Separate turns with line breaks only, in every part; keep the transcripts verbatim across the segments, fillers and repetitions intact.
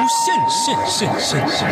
限限限限限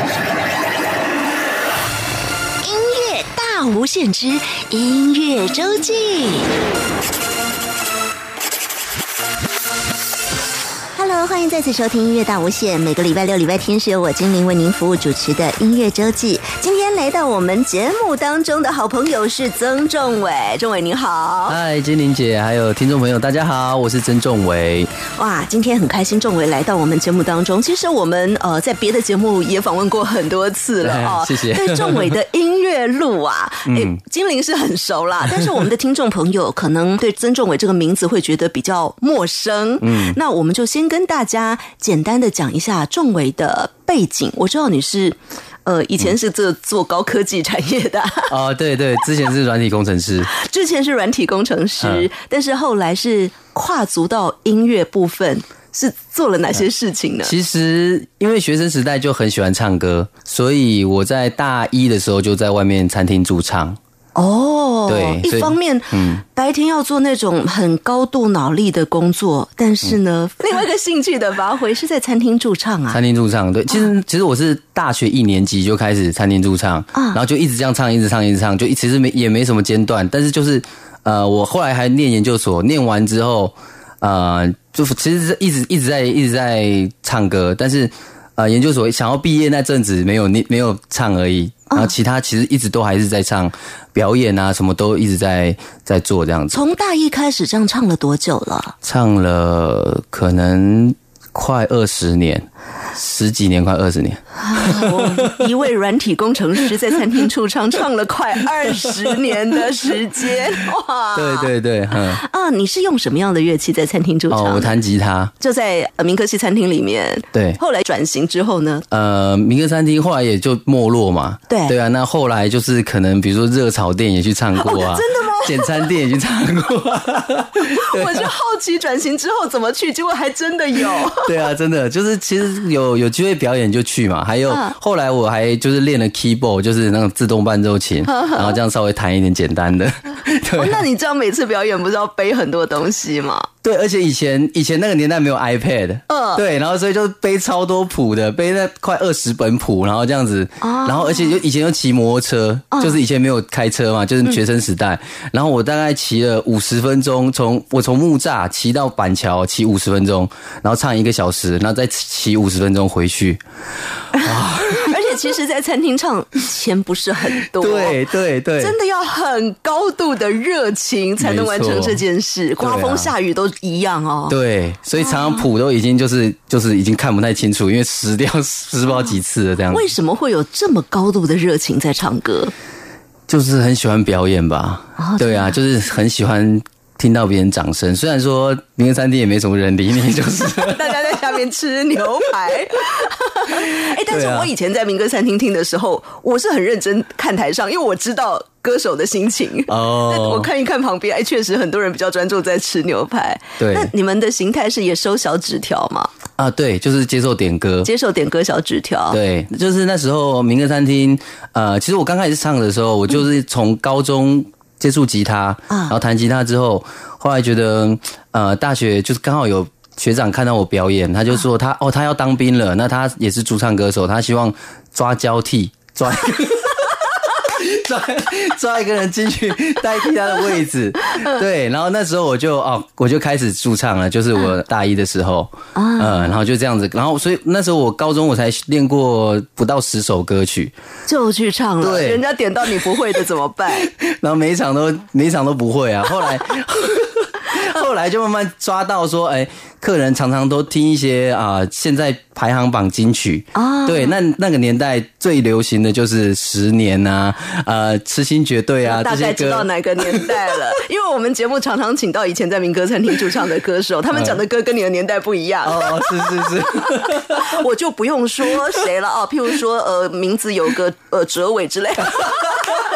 音乐大无限之音乐周记。Hello， 欢迎再次收听音乐大无限。每个礼拜六、礼拜天是由我精灵为您服务主持的音乐周记。今天来到我们节目当中的好朋友是曾仲伟，仲伟您好。
嗨，精灵姐，还有听众朋友，大家好，我是曾仲伟。
哇，今天很开心，仲伟来到我们节目当中。其实我们呃在别的节目也访问过很多次了哦，
谢谢。
对仲伟的音乐路啊，哎、嗯，精灵是很熟啦，但是我们的听众朋友可能对曾仲伟这个名字会觉得比较陌生。嗯，那我们就先跟大家简单的讲一下仲伟的背景。我知道你是呃以前是做做高科技产业的
哦，对对，之前是软体工程师，
之前是软体工程师、嗯，但是后来是跨足到音乐部分。是做了哪些事情呢？
其实因为学生时代就很喜欢唱歌，所以我在大一的时候就在外面餐厅驻唱。
哦，
对，
一方面，嗯，白天要做那种很高度脑力的工作，但是呢，嗯、另外一个兴趣的发挥是在餐厅驻唱啊。
餐厅驻唱，对，其实、啊、其实我是大学一年级就开始餐厅驻唱，啊，然后就一直这样唱，一直唱，一直唱，就其实没也没什么间断，但是就是呃，我后来还念研究所，念完之后，呃，就其实一直一直在一直在唱歌，但是呃，研究所想要毕业那阵子没有没有唱而已。然后其他其实一直都还是在唱，表演啊什么都一直在在做这样子。
从大一开始这样唱了多久了？
唱了可能快二十年，十几年，快二十年。
哦，一位软体工程师在餐厅驻唱，唱了快二十年的时间，哇！
对对对，嗯
啊，你是用什么样的乐器在餐厅驻唱？
哦，我弹吉他，
就在呃民科系餐厅里面。
对，
后来转型之后呢？
呃，民科餐厅后来也就没落嘛。
对
对啊，那后来就是可能比如说热炒店也去唱过啊，
哦、真的吗？
简餐店也去唱过、啊。
我就好奇转型之后怎么去，结果还真的有。
对啊，真的就是其实有有机会表演就去嘛。还有后来我还就是练了 keyboard， 就是那种自动伴奏琴，然后这样稍微弹一点简单的。对、
哦，那你这样每次表演不是要背很多东西吗？
对，而且以前以前那个年代没有 iPad， 嗯，对，然后所以就背超多谱的，背那快二十本谱，然后这样子，哦、然后而且就以前又骑摩托车、哦，就是以前没有开车嘛，就是学生时代，嗯、然后我大概骑了五十分钟，从我从木栅骑到板桥，骑五十分钟，然后唱一个小时，然后再骑五十分钟回去，哇！
而且其实，在餐厅唱钱不是很多，
对对对，
真的要很高度的热情才能完成这件事，刮风下雨都一样哦。
对，所以常常谱都已经就是就是已经看不太清楚，因为湿掉湿不知道几次了这样子。
为什么会有这么高度的热情在唱歌？
就是很喜欢表演吧。哦、对啊，就是很喜欢听到别人掌声。虽然说民科餐厅也没什么人理你，就是
大家在下面吃牛排。哎，但是我以前在民科餐厅听的时候，我是很认真看台上，因为我知道歌手的心情。哦，那我看一看旁边，哎，确实很多人比较专注在吃牛排。
对，
那你们的形态是也收小纸条吗？
啊，对，就是接受点歌，
接受点歌小纸条。
对，就是那时候民科餐厅，呃，其实我刚开始唱的时候，我就是从高中接触吉他，嗯、然后弹吉他之后，后来觉得，呃，大学就是刚好有学长看到我表演，他就说他哦，他要当兵了，那他也是驻唱歌手，他希望抓交替，抓一个抓抓一个人进去代替他的位置，对，然后那时候我就哦，我就开始驻唱了，就是我大一的时候，嗯，然后就这样子，然后所以那时候我高中我才练过不到十首歌曲，
就去唱了，对，人家点到你不会的怎么办？
然后每一场都每一场都不会啊，后来。后来就慢慢抓到说，哎、欸，客人常常都听一些啊、呃，现在排行榜金曲啊，对，那那个年代最流行的就是十年啊，呃，痴心绝对啊，
大概知道哪个年代了，因为我们节目常常请到以前在民歌餐厅驻唱的歌手，他们讲的歌跟你的年代不一样。
哦，是是是，
我就不用说谁了哦，譬如说呃，名字有个呃哲伟之类的。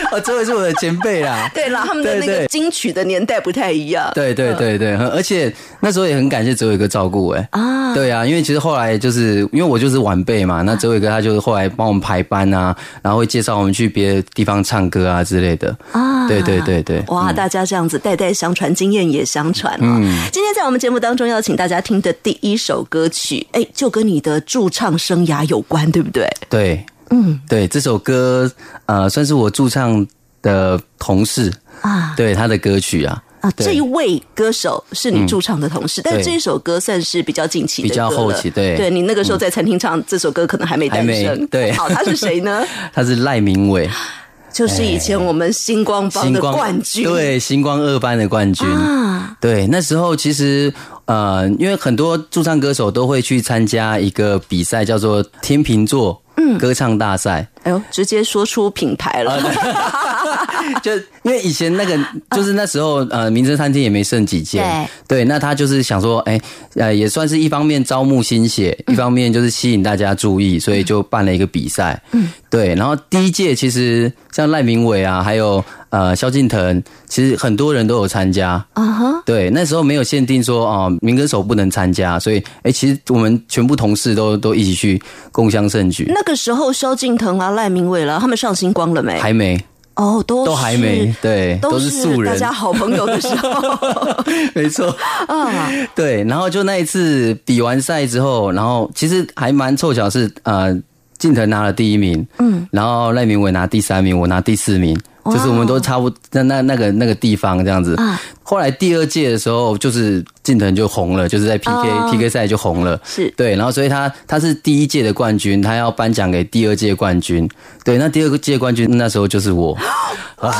哦，周伟是我的前辈啦。
对啦，他们的那个金曲的年代不太一样。
对对对对，而且那时候也很感谢周伟哥照顾哎、欸、啊，对啊，因为其实后来就是因为我就是晚辈嘛，那周伟哥他就是后来帮我们排班啊，然后会介绍我们去别的地方唱歌啊之类的啊。对对对对，
哇，嗯、大家这样子代代相传，经验也相传哦。嗯、今天在我们节目当中要请大家听的第一首歌曲，哎，就跟你的驻唱生涯有关，对不对？
对，嗯，对，这首歌呃算是我驻唱的同事啊，对他的歌曲啊。
啊，这一位歌手是你驻唱的同事，嗯、但是这一首歌算是比较近期的歌了，
比较后期，对，
对你那个时候在餐厅唱、嗯、这首歌，可能还没诞生。对，好，他是谁呢？
他是赖明伟，
就是以前我们星光帮的冠军，
对，星光二班的冠军啊。对，那时候其实呃，因为很多驻唱歌手都会去参加一个比赛，叫做天秤座歌唱大赛。
哎呦，直接说出品牌了。
就因为以前那个就是那时候呃，民生餐厅也没剩几间，对，那他就是想说，哎、欸，呃，也算是一方面招募新血，嗯、一方面就是吸引大家注意，所以就办了一个比赛，嗯，对，然后第一届其实像赖明伟啊，还有呃萧敬腾，其实很多人都有参加，啊哈，对，那时候没有限定说哦、呃，民歌手不能参加，所以哎、欸，其实我们全部同事都都一起去共襄盛举。
那个时候萧敬腾啊、赖明伟了，他们上星光了没？
还没。
哦，都
都还没，对，都是素人，
大家好朋友的时候，
没错啊，对，然后就那一次比完赛之后，然后其实还蛮凑巧是呃，敬腾拿了第一名，嗯，然后赖明伟拿第三名，我拿第四名。就是我们都差不多在那那个那个地方这样子。啊、后来第二届的时候，就是敬腾就红了，就是在 P K、哦、P K 赛就红了。是对，然后所以他他是第一届的冠军，他要颁奖给第二届冠军。对，那第二届冠军那时候就是我。啊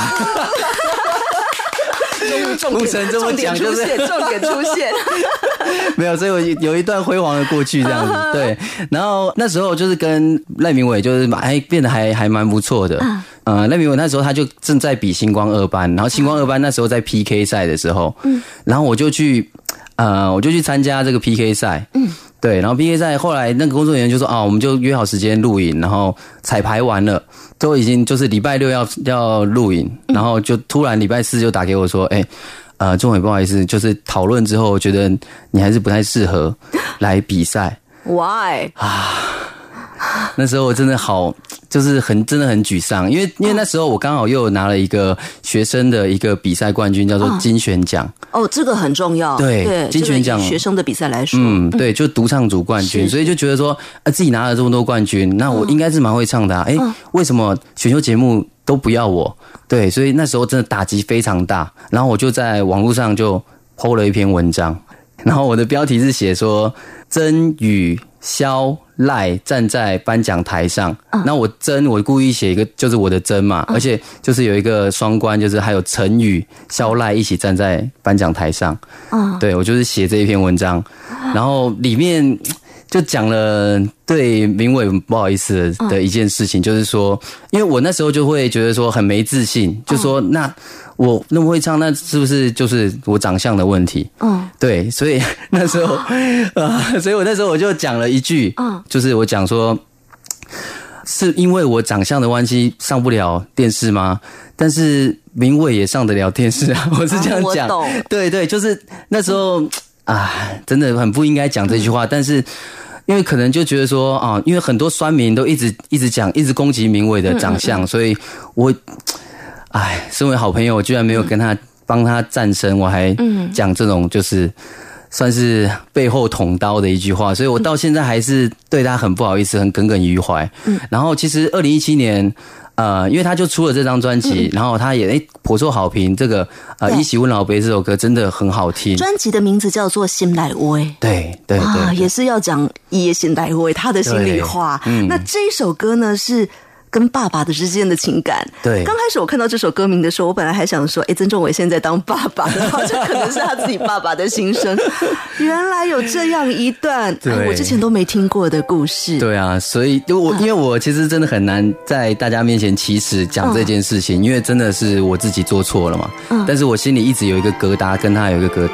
重点重点出现，重点出现。
没有，所以我有一段辉煌的过去这样子。对，然后那时候就是跟赖明伟就是还变得还还蛮不错的。呃，赖明伟那时候他就正在比星光二班，然后星光二班那时候在 P K 赛的时候，嗯，然后我就去呃，我就去参加这个 P K 赛，嗯。对，然后 P K 赛后来那个工作人员就说啊，我们就约好时间录影，然后彩排完了，都已经就是礼拜六要要录影，然后就突然礼拜四就打给我说，哎、欸，呃，仲伟不好意思，就是讨论之后觉得你还是不太适合来比赛。
Why？
啊，那时候我真的好，就是很真的很沮丧，因为因为那时候我刚好又拿了一个学生的一个比赛冠军，叫做金选奖。哦，
这个很重要。
对，
对
金选奖、这个、
学生的比赛来说，
嗯，对，就独唱组冠军，所以就觉得说，啊，自己拿了这么多冠军，那我应该是蛮会唱的啊。哎、嗯，为什么选秀节目都不要我？对，所以那时候真的打击非常大。然后我就在网络上就 po 了一篇文章，然后我的标题是写说曾与萧赖站在颁奖台上，嗯、那我曾我故意写一个就是我的曾嘛，嗯、而且就是有一个双关，就是还有陈与萧赖一起站在颁奖台上。嗯，对，我就是写这一篇文章，然后里面就讲了对明伟不好意思 的, 的一件事情，嗯、就是说，因为我那时候就会觉得说很没自信，就说、嗯、那我那么会唱，那是不是就是我长相的问题？嗯，对，所以那时候啊，所以我那时候我就讲了一句，嗯，就是我讲说，是因为我长相的关系上不了电视吗？但是明伟也上得了电视啊，我是这样讲。啊、对对，就是那时候啊，真的很不应该讲这句话，嗯、但是。因为可能就觉得说啊，因为很多酸民都一直一直讲，一直攻击明伟的长相，嗯嗯嗯所以我，哎，身为好朋友，我居然没有跟他帮他站身，我还讲这种就是算是背后捅刀的一句话，所以我到现在还是对他很不好意思，很耿耿于怀。嗯，然后其实二零一七年。呃，因为他就出了这张专辑，嗯、然后他也诶颇受好评。这个呃《一起问老杯》这首歌真的很好听。
专辑的名字叫做《心内话》，
对对对，
啊，也是要讲伊的心内话，他的心里话。嗯，那这一首歌呢是跟爸爸的之间的情感。对，刚开始我看到这首歌名的时候，我本来还想说，哎，曾仲伟现在当爸爸的话，这可能是他自己爸爸的心声。原来有这样一段、哎、我之前都没听过的故事。
对啊，所以我因为我其实真的很难在大家面前起始讲这件事情，嗯、因为真的是我自己做错了嘛。嗯，但是我心里一直有一个疙瘩，跟他有一个疙瘩。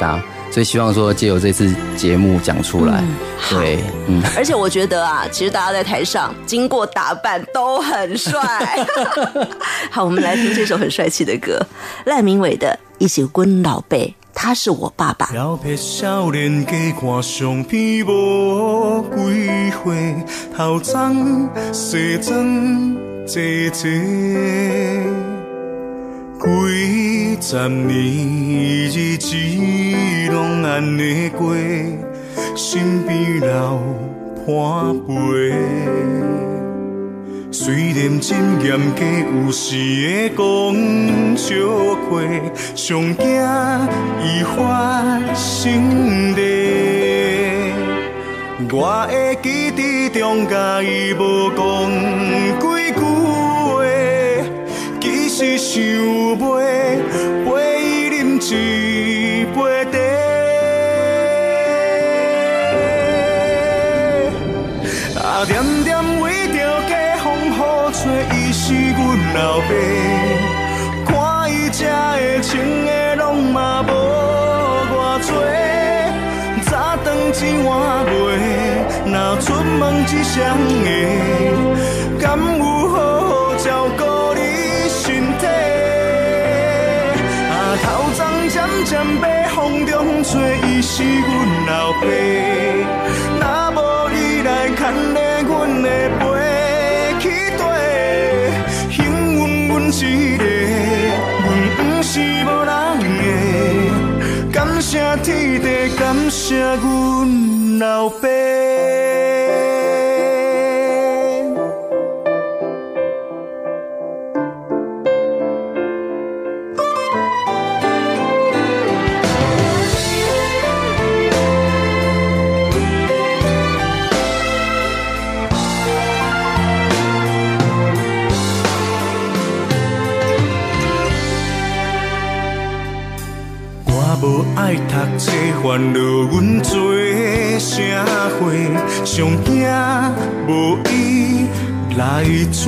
所以希望说借由这次节目讲出来。嗯、对，
嗯，而且我觉得啊，其实大家在台上经过打扮都很帅。好，我们来听这首很帅气的歌，赖明伟的《一起滚老辈》。他是我爸爸。
了撇少年家看相片无几回，头鬃西装坐坐，几十年日子拢安尼过，身边留伴陪。虽然真严格，有时会讲笑话，上惊伊发生地。我会记伫中甲伊无讲几句话，其实想袂陪伊啉一杯茶。啊，点点为着家风雨吹，伊是阮老爸。看伊吃的穿的拢嘛无偌多，早顿一碗糜，若出门一双鞋，敢有好好照顾你身体？啊，头鬃渐渐白，风中吹，伊是阮老爸。若无伊来牵咧阮的背去地，幸运阮一个，阮不是无人的。感谢天地，感谢阮老爸。无爱读册，烦恼阮做社会，上惊无伊来做。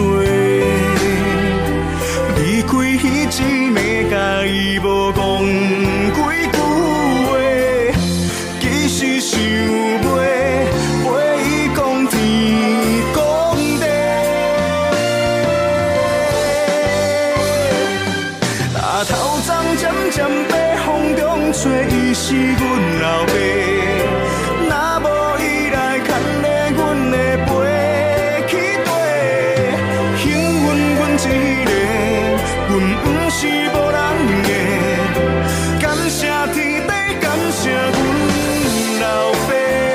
离开迄一暝，甲伊无讲几句话，其实想袂陪伊讲天讲地。啊，头鬃渐渐白，风中吹，伊是阮老爸。若无伊来牵咧阮的背去地，幸运阮一个，阮不是无人的。感谢天地，感谢阮老爸。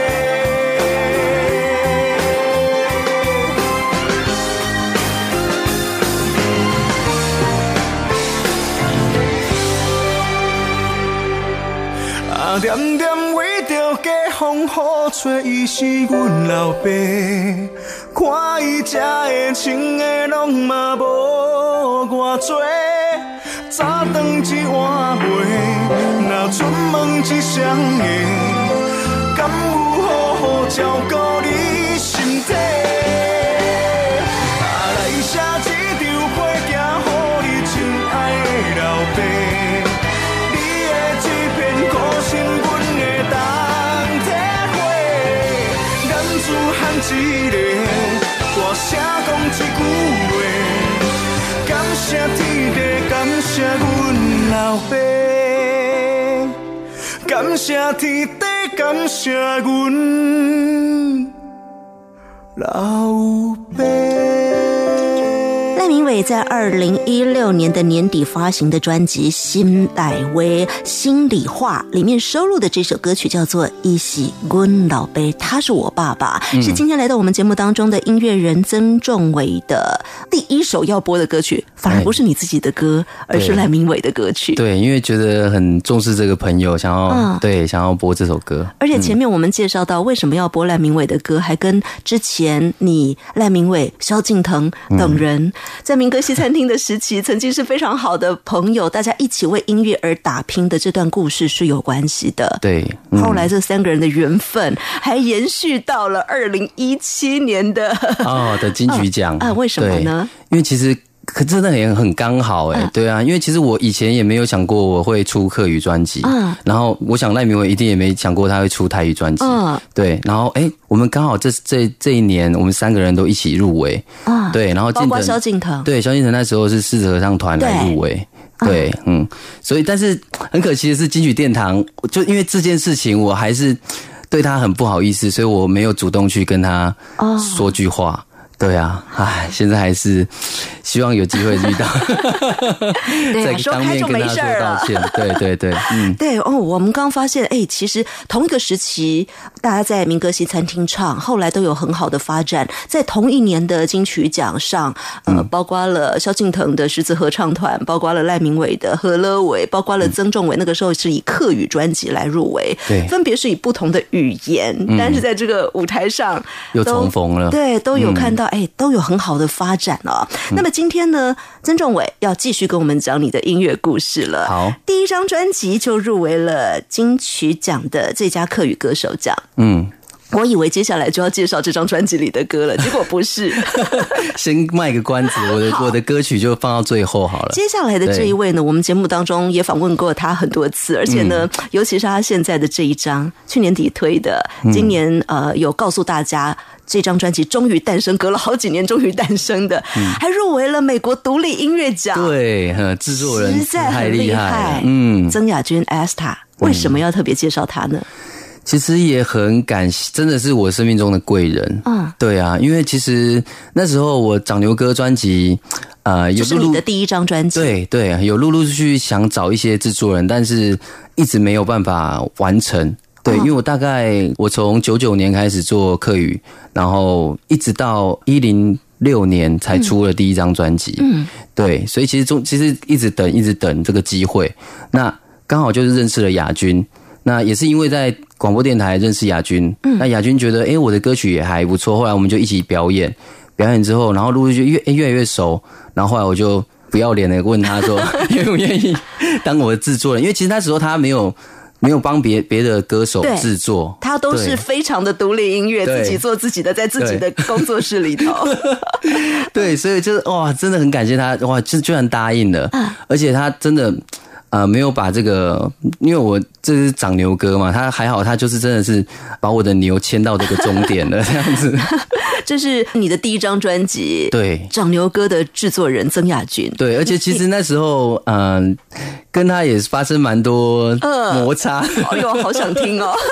啊，点点为着家风雨吹，伊是阮老爸。看伊吃的穿的拢嘛无偌多，早顿一碗糜，若出门一双鞋，敢有好好照顾你身体？啊，来写一张配行，予你亲爱的老爸。一个大声讲一句话，感谢天地，感谢阮老爸，感谢天地，感谢阮老爸。
赖明伟在二零一六年的年底发行的专辑《心内话心里话》里面收录的这首歌曲叫做《伊是阮老爸》，他是我爸爸，嗯、是今天来到我们节目当中的音乐人曾仲伟的第一首要播的歌曲，反而不是你自己的歌，而是赖明伟的歌曲。
对，因为觉得很重视这个朋友，想要、嗯、对想要播这首歌。
而且前面我们介绍到为什么要播赖明伟的歌，还跟之前你赖明伟、萧敬腾等人、嗯在民歌西餐厅的时期曾经是非常好的朋友，大家一起为音乐而打拼的这段故事是有关系的。
对、
嗯、后来这三个人的缘分还延续到了二零一七年的
哦的金曲奖、
啊, 啊为什么呢？
因为其实可真的也很刚好哎、欸，对啊，因为其实我以前也没有想过我会出客语专辑，嗯，然后我想赖明伟一定也没想过他会出台语专辑，嗯，对，然后哎、欸，我们刚好这这这一年，我们三个人都一起入围，啊，对，然后
包括萧敬腾，
对，萧敬腾那时候是狮子合唱团来入围。对，嗯，所以但是很可惜的是，金曲殿堂就因为这件事情，我还是对他很不好意思，所以我没有主动去跟他说句话。对啊，唉，现在还是希望有机会遇到，
对，说开就没事了。
道歉，对对对，嗯，
对哦，我们刚发现，哎，其实同一个时期，大家在民歌西餐厅唱，后来都有很好的发展。在同一年的金曲奖上，呃，嗯、包括了萧敬腾的狮子合唱团，包括了赖明伟的何乐伟，包括了曾仲伟，那个时候是以客语专辑来入围，对，分别是以不同的语言，嗯、但是在这个舞台上
又重逢了，
对，都有看到。嗯哎，都有很好的发展哦。那么今天呢，曾仲伟要继续跟我们讲你的音乐故事了。
好，
第一张专辑就入围了金曲奖的最佳客语歌手奖。嗯。我以为接下来就要介绍这张专辑里的歌了，结果不是。
先卖个关子，我的我的歌曲就放到最后好了。
接下来的这一位呢，我们节目当中也访问过他很多次，而且呢，嗯、尤其是他现在的这一张，去年底推的，今年呃有告诉大家。这张专辑终于诞生，隔了好几年终于诞生的，嗯、还入围了美国独立音乐奖。
对，制作人
实在很厉害。
嗯，
曾雅君 Asta 为什么要特别介绍他呢？
其实也很感谢，真的是我生命中的贵人。嗯，对啊，因为其实那时候我长牛歌专辑，呃，有
就是你的第一张专辑。
对对，有陆陆续续想找一些制作人，但是一直没有办法完成。对，因为我大概我从九九年开始做客语，然后一直到一零六年才出了第一张专辑。嗯，对，所以其实中其实一直等一直等这个机会，那刚好就是认识了雅君，那也是因为在广播电台认识雅君，嗯，那雅君觉得哎、欸、我的歌曲也还不错，后来我们就一起表演，表演之后，然后陆陆续续越越来越熟，然后后来我就不要脸的问他说愿不愿意当我的制作人，因为其实那时候他没有。没有帮别别的歌手制作，
他都是非常的独立音乐，自己做自己的，在自己的工作室里头。
对，所以就是哇，真的很感谢他，哇，就居然答应了，啊、而且他真的呃没有把这个，因为我这是长牛歌嘛，他还好，他就是真的是把我的牛牵到这个终点了，这样子。
这是你的第一张专辑，
对，
长牛歌的制作人曾雅君，
对，而且其实那时候，嗯、呃，跟他也发生蛮多摩擦，
哎、呃、呦，好想听哦。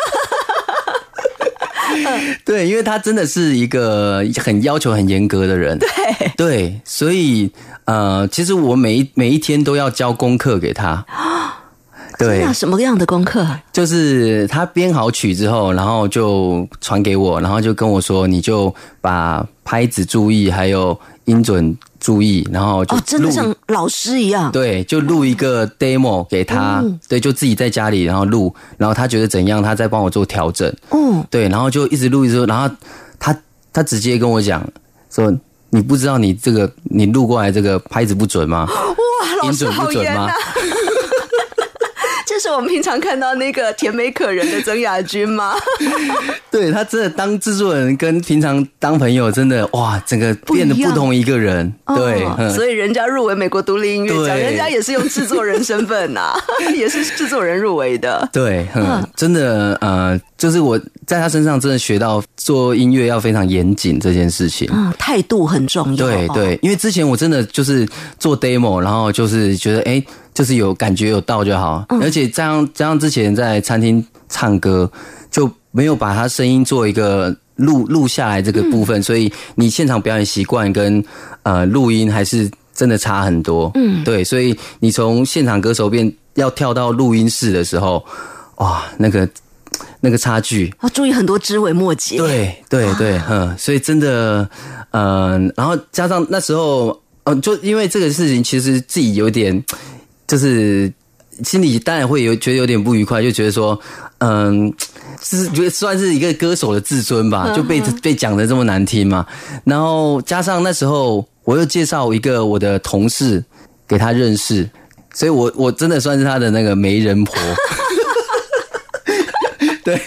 对，因为他真的是一个很要求很严格的人，
对
对，所以呃，其实我每一每一天都要交功课给他。对，
什么样的功课？
就是他编好曲之后，然后就传给我，然后就跟我说，你就把拍子注意，还有音准注意，然后就
哦，真的像老师一样。
对，就录一个 demo 给他，嗯、对，就自己在家里，然后录，然后他觉得怎样，他再帮我做调整。嗯，对，然后就一直录，一直录，然后他他直接跟我讲说，你不知道你这个你录过来这个拍子不准吗？
哇，老师好严啊！这是我们平常看到那个甜美可人的曾雅君吗？
对，他真的当制作人跟平常当朋友真的哇，整个变得不同一个人。对、
哦，所以人家入围美国独立音乐奖，人家也是用制作人身份呐、啊，也是制作人入围的。
对，嗯，真的呃，就是我在他身上真的学到做音乐要非常严谨这件事情，
嗯，态度很重要。
对对，因为之前我真的就是做 demo， 然后就是觉得哎。欸就是有感觉有到就好，嗯、而且这样这样之前在餐厅唱歌就没有把他声音做一个录录下来这个部分，嗯、所以你现场表演习惯跟呃录音还是真的差很多。嗯，对，所以你从现场歌手变要跳到录音室的时候，哇，那个那个差距
要注意很多枝微末节。
对对对，嗯，所以真的，嗯、呃，然后加上那时候，呃，就因为这个事情，其实自己有点。就是心里当然会有觉得有点不愉快，就觉得说，嗯，就是觉得算是一个歌手的自尊吧，就被被讲得这么难听嘛。然后加上那时候我又介绍一个我的同事给他认识，所以我我真的算是他的那个媒人婆。对，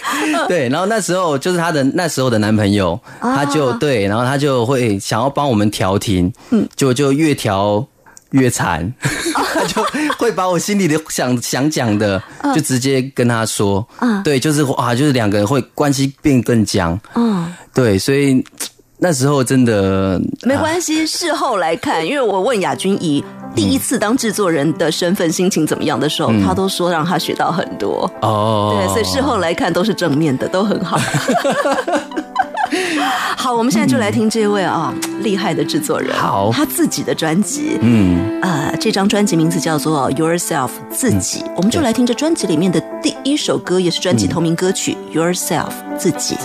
对，然后那时候就是她的那时候的男朋友，他就对，然后他就会想要帮我们调停，嗯，就就越调越惨，他就会把我心里的想想讲的，就直接跟他说，嗯，对，就是哇，就是两个人会关系变更僵，嗯，对，所以那时候真的
没关系，事后来看，因为我问亚军以第一次当制作人的身份心情怎么样的时候，嗯、他都说让他学到很多哦，对，所以事后来看都是正面的，都很好。好，我们现在就来听这位啊、哦、厉害的制作人，好，他自己的专辑，嗯，呃，这张专辑名字叫做 Yourself 自己、嗯，我们就来听这专辑里面的第一首歌，也是专辑同名歌曲、嗯、Yourself 自己。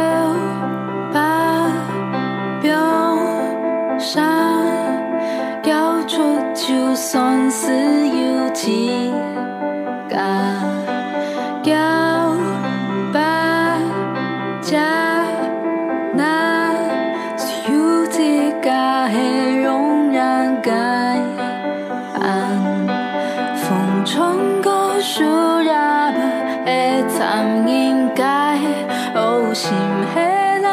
表上交出就算是有情感，交把家那是有这个很容然改安，风吹过树叶的残应该有心黑。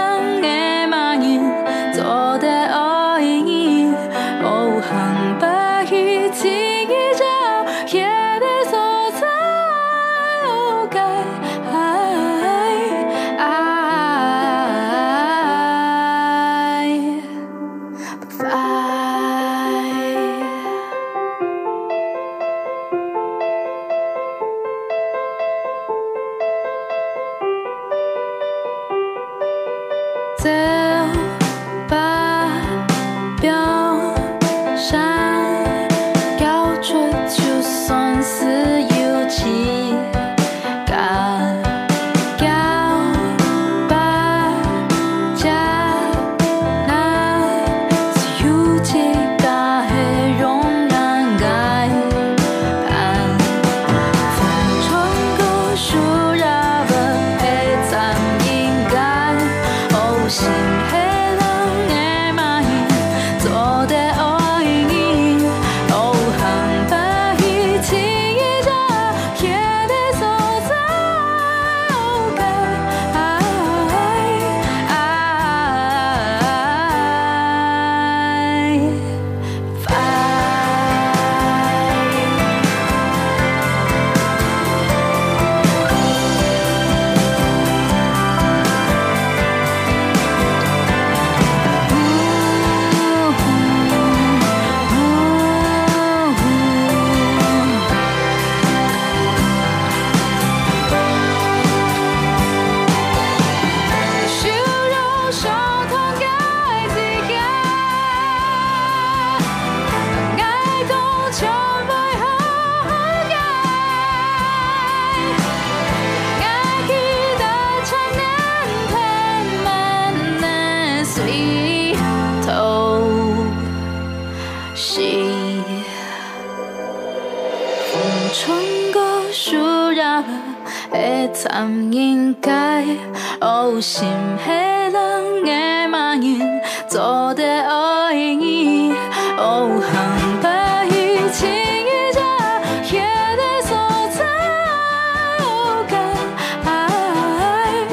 参应该有心的人的嘛人做得有意义，有行白于情意者，迄个所在有个爱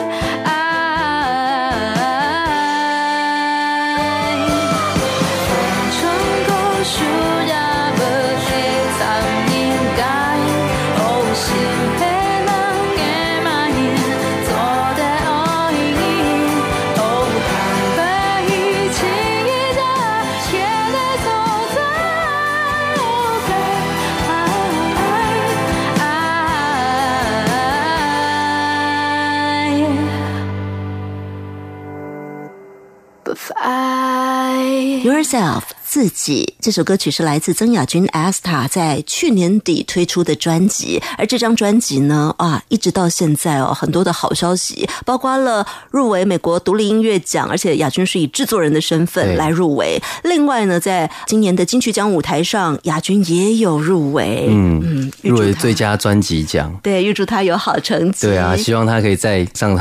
爱。风吹过树叶无会参应该有心的。
Yourself 自己这首歌曲是来自曾雅君 Asta 在去年底推出的专辑，而这张专辑呢，啊，一直到现在哦，很多的好消息，包括了入围美国独立音乐奖，而且雅君是以制作人的身份来入围。另外呢，在今年的金曲奖舞台上，雅君也有入围，嗯
嗯，入围最佳专辑奖。
对，预祝他有好成绩。
对啊，希望他可以再上台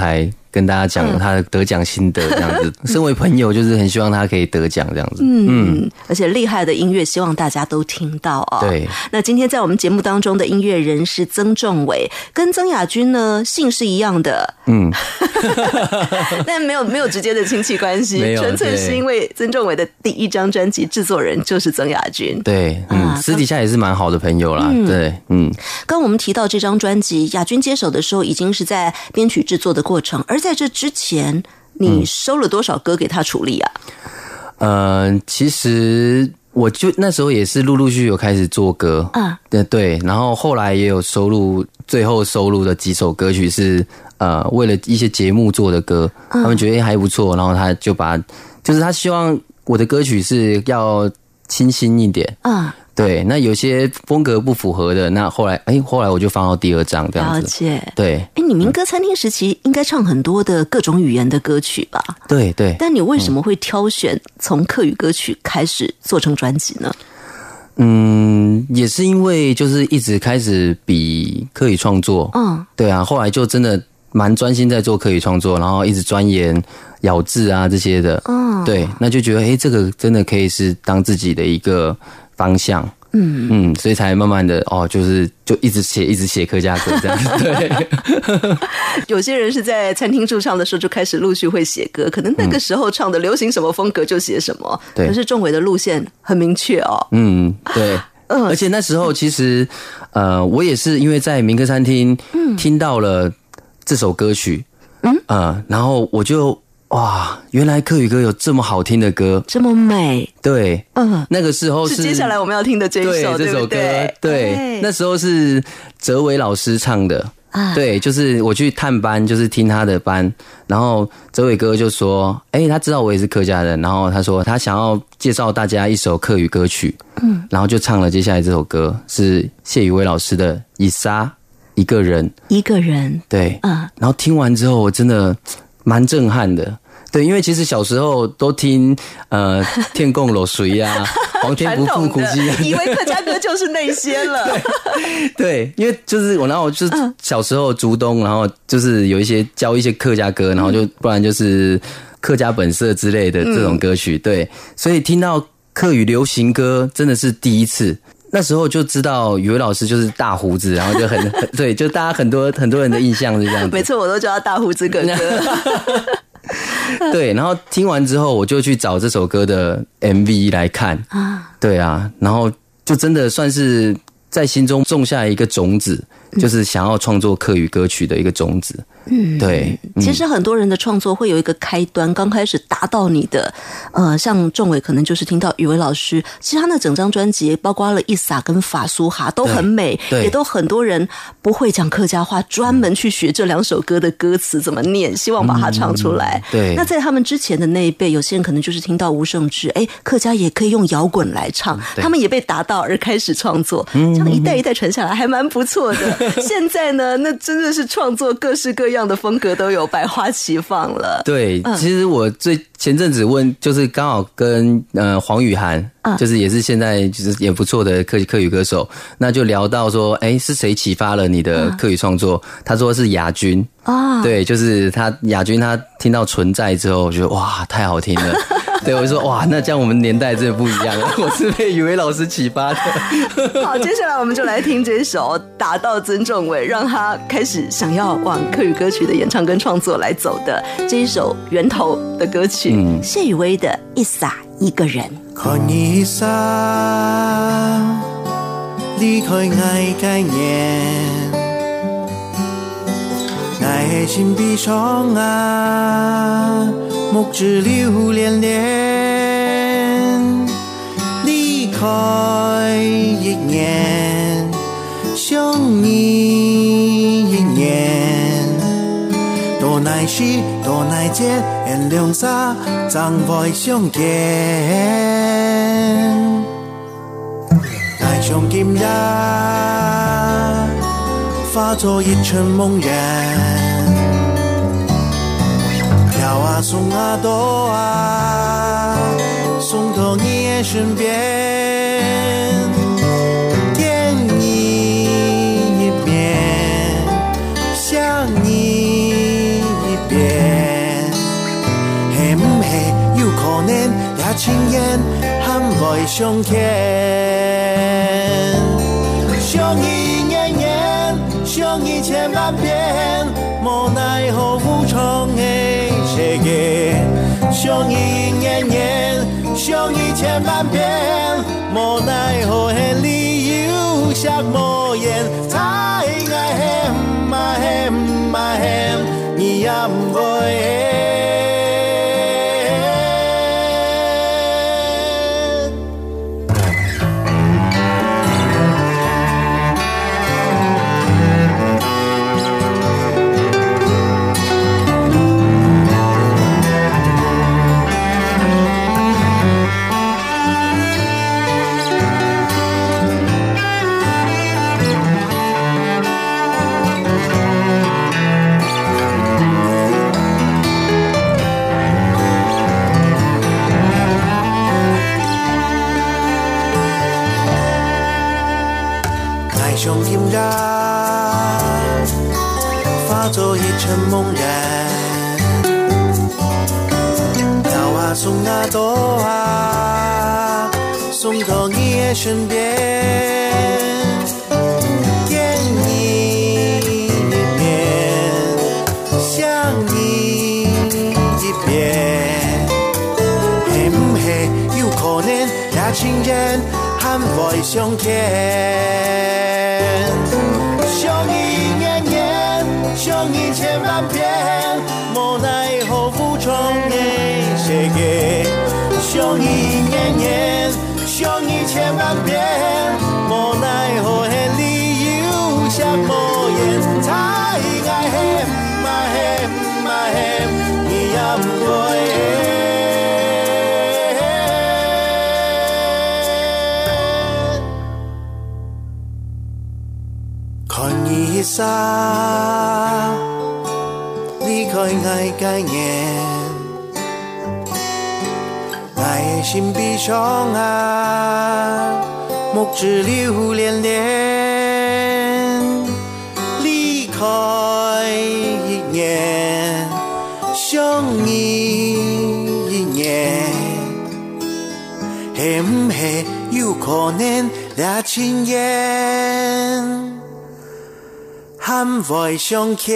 跟大家讲他的得奖心得这样子。身为朋友，就是很希望他可以得奖这样子。嗯，
嗯，而且厉害的音乐，希望大家都听到哦。
对，
那今天在我们节目当中的音乐人是曾仲伟，跟曾雅君呢姓是一样的，
嗯，
但没有没有直接的亲戚关系，纯粹是因为曾仲伟的第一张专辑制作人就是曾雅君。
对，嗯，啊、私底下也是蛮好的朋友啦。嗯、对，嗯。
刚我们提到这张专辑，雅君接手的时候已经是在编曲制作的过程，而在这之前，你收了多少歌给他处理啊？
嗯、呃，其实我就那时候也是陆陆续续有开始做歌啊，对对，然后后来也有收录，最后收录的几首歌曲是呃为了一些节目做的歌，他们觉得还不错，然后他就把就是他希望我的歌曲是要清新一点啊。对，那有些风格不符合的，那后来哎，后来我就放到第二张这样子。了解。对，
哎，你民歌餐厅时期应该唱很多的各种语言的歌曲吧？
对对。
但你为什么会挑选从客语歌曲开始做成专辑呢？
嗯，也是因为就是一直开始比客语创作，嗯，对啊，后来就真的蛮专心在做客语创作，然后一直钻研咬字啊这些的，嗯，对，那就觉得哎，这个真的可以是当自己的一个方向，嗯嗯，所以才慢慢的哦，就是就一直写，一直写客家歌这样子。对，
有些人是在餐厅驻唱的时候就开始陆续会写歌，可能那个时候唱的流行什么风格就写什么。对、嗯，可是仲伟的路线很明确哦。嗯，
对，嗯，而且那时候其实呃，我也是因为在民歌餐厅听到了这首歌曲，嗯呃，然后我就。哇，原来客语歌有这么好听的歌，
这么美。
对，嗯，那个时候 是,
是接下来我们要听的这一首，
对，这首歌，
对,
对, 对，那时候是哲伟老师唱的。啊，对，就是我去探班，就是听他的班，然后哲伟哥就说，哎、欸，他知道我也是客家人，然后他说他想要介绍大家一首客语歌曲，嗯，然后就唱了接下来这首歌，是谢宇威老师的《以沙一个人》，
一个人，
对，啊，然后听完之后，我真的。蛮震撼的，对，因为其实小时候都听呃天公落水啊，皇天不负苦心人，
以为客家歌就是那些了。
对, 对，因为就是我，然后就是小时候竹东，然后就是有一些教一些客家歌，然后就不然就是客家本色之类的这种歌曲，嗯、对，所以听到客语流行歌真的是第一次。那时候就知道宇威老师就是大胡子，然后就很对，就大家很多很多人的印象是这样子。
每次我都叫他大胡子哥哥。
对，然后听完之后，我就去找这首歌的 M V 来看啊，对啊，然后就真的算是在心中种下一个种子，就是想要创作客语歌曲的一个种子。嗯，对。嗯、
其实很多人的创作会有一个开端，刚开始达到你的，呃，像仲伟可能就是听到宇威老师，其实他那整张专辑包括了一撒跟法苏哈都很美，也都很多人不会讲客家话，专门去学这两首歌的歌词怎么念，希望把它唱出来。嗯、对。那在他们之前的那一辈，有些人可能就是听到吴胜志，哎，客家也可以用摇滚来唱，他们也被打到而开始创作，嗯、这样一代一代传下来，还蛮不错的。现在呢，那真的是创作各式各样的风格都有，百花齐放了。
对，嗯、其实我最前阵子问，就是刚好跟呃黄宇涵，嗯、就是也是现在就是也不错的客客语歌手，那就聊到说，哎，是谁启发了你的客语创作？嗯、他说是雅君啊，对，就是他雅君，他听到《存在》之后，我觉得哇，太好听了。对，我就说哇，那这样我们年代真的不一样了。我是被宇威老师启发的。
好，接下来我们就来听这首《打到曾仲伟》，让他开始想要往客语歌曲的演唱跟创作来走的这一首源头的歌曲，嗯、谢宇威的《一撒一个人》。
看一撒離開愛概念，愛心悲傷啊。木枝流連連，離開一年，相依一年，多耐時多耐節，原諒啥將會相見，愛像今日化作一場夢然，跳啊送啊躲啊，送到你身邊，見你一面，想你一遍。
也亲眼和爱相牵，相依年年，相依千万遍，无奈何无从的世界。相依年年，相依千万遍，无奈何的理由寂寞言，才爱恨嘛恨嘛恨，你也不会。像点燃，化作一尘梦然。要啊送那朵花，送到你的身边，给你一面，想你一遍。会不会有可能也情人和爱相牵？相依年年，相依千万遍，无奈何无从的世界。相依年年，相依千万遍，无奈何的理由寂寞言，才爱恨嘛恨嘛恨，你也不会。看你一刹离开我概念，我的心闭上啊，目只流连连，离开一年，想你一年，会不会有可能俩亲眼？和爱相牵。